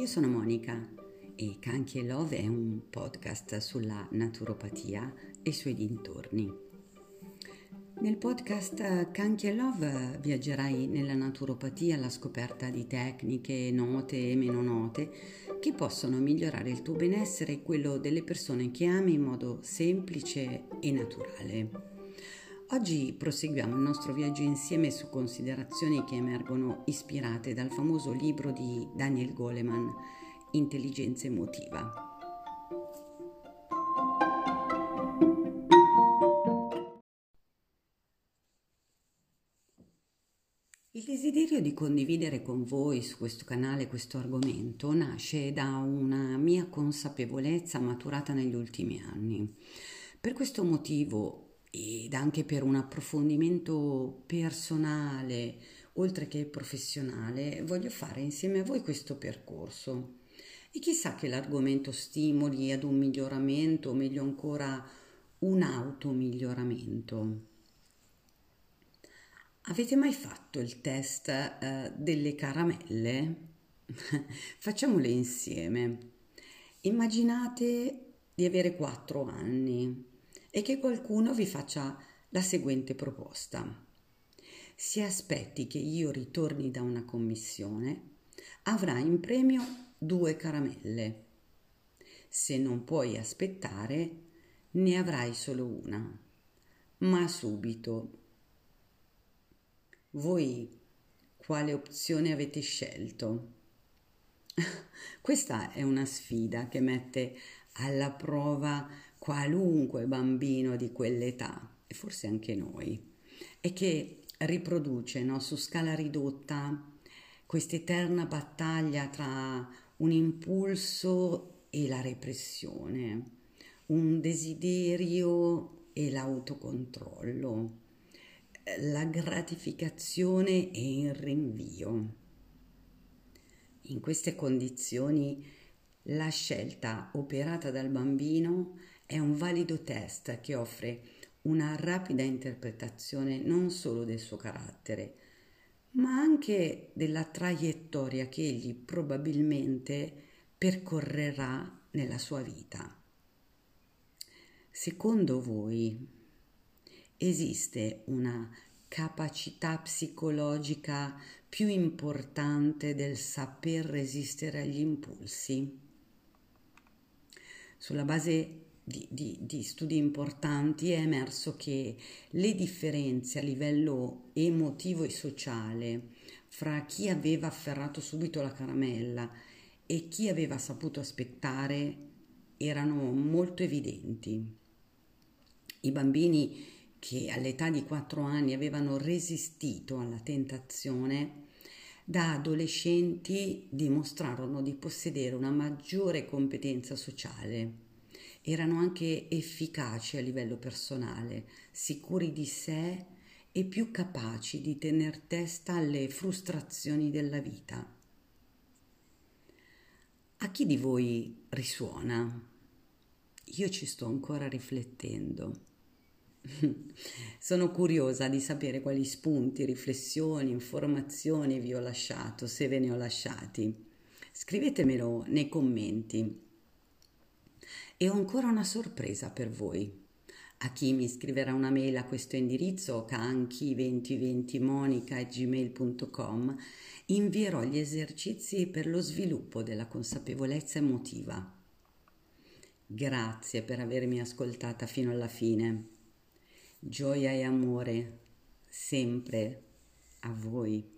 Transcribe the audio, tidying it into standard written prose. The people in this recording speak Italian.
Io sono Monica e Kanchi e Love è un podcast sulla naturopatia e i suoi dintorni. Nel podcast Kanchi e Love viaggerai nella naturopatia alla scoperta di tecniche note e meno note che possono migliorare il tuo benessere e quello delle persone che ami in modo semplice e naturale. Oggi proseguiamo il nostro viaggio insieme su considerazioni che emergono ispirate dal famoso libro di Daniel Goleman, Intelligenza emotiva. Il desiderio di condividere con voi su questo canale questo argomento nasce da una mia consapevolezza maturata negli ultimi anni. Per questo motivo ed anche per un approfondimento personale, oltre che professionale, voglio fare insieme a voi questo percorso. E chissà che l'argomento stimoli ad un miglioramento, o meglio ancora un automiglioramento. Avete mai fatto il test delle caramelle? Facciamole insieme. Immaginate di avere 4 anni e che qualcuno vi faccia la seguente proposta. Se aspetti che io ritorni da una commissione, avrai in premio 2 caramelle. Se non puoi aspettare, ne avrai solo una, ma subito. Voi quale opzione avete scelto? Questa è una sfida che mette alla prova qualunque bambino di quell'età, e forse anche noi, e che riproduce, no, su scala ridotta questa eterna battaglia tra un impulso e la repressione, un desiderio e l'autocontrollo, la gratificazione e il rinvio. In queste condizioni la scelta operata dal bambino è un valido test che offre una rapida interpretazione non solo del suo carattere, ma anche della traiettoria che egli probabilmente percorrerà nella sua vita. Secondo voi esiste una capacità psicologica più importante del saper resistere agli impulsi? Sulla base di studi importanti è emerso che le differenze a livello emotivo e sociale fra chi aveva afferrato subito la caramella e chi aveva saputo aspettare erano molto evidenti. I bambini che all'età di 4 anni avevano resistito alla tentazione, da adolescenti dimostrarono di possedere una maggiore competenza sociale. Erano anche efficaci a livello personale, sicuri di sé e più capaci di tener testa alle frustrazioni della vita. A chi di voi risuona? Io ci sto ancora riflettendo. Sono curiosa di sapere quali spunti, riflessioni, informazioni vi ho lasciato, se ve ne ho lasciati. Scrivetemelo nei commenti. E ho ancora una sorpresa per voi. A chi mi scriverà una mail a questo indirizzo, kanchi2020monica@gmail.com, invierò gli esercizi per lo sviluppo della consapevolezza emotiva. Grazie per avermi ascoltata fino alla fine. Gioia e amore sempre a voi.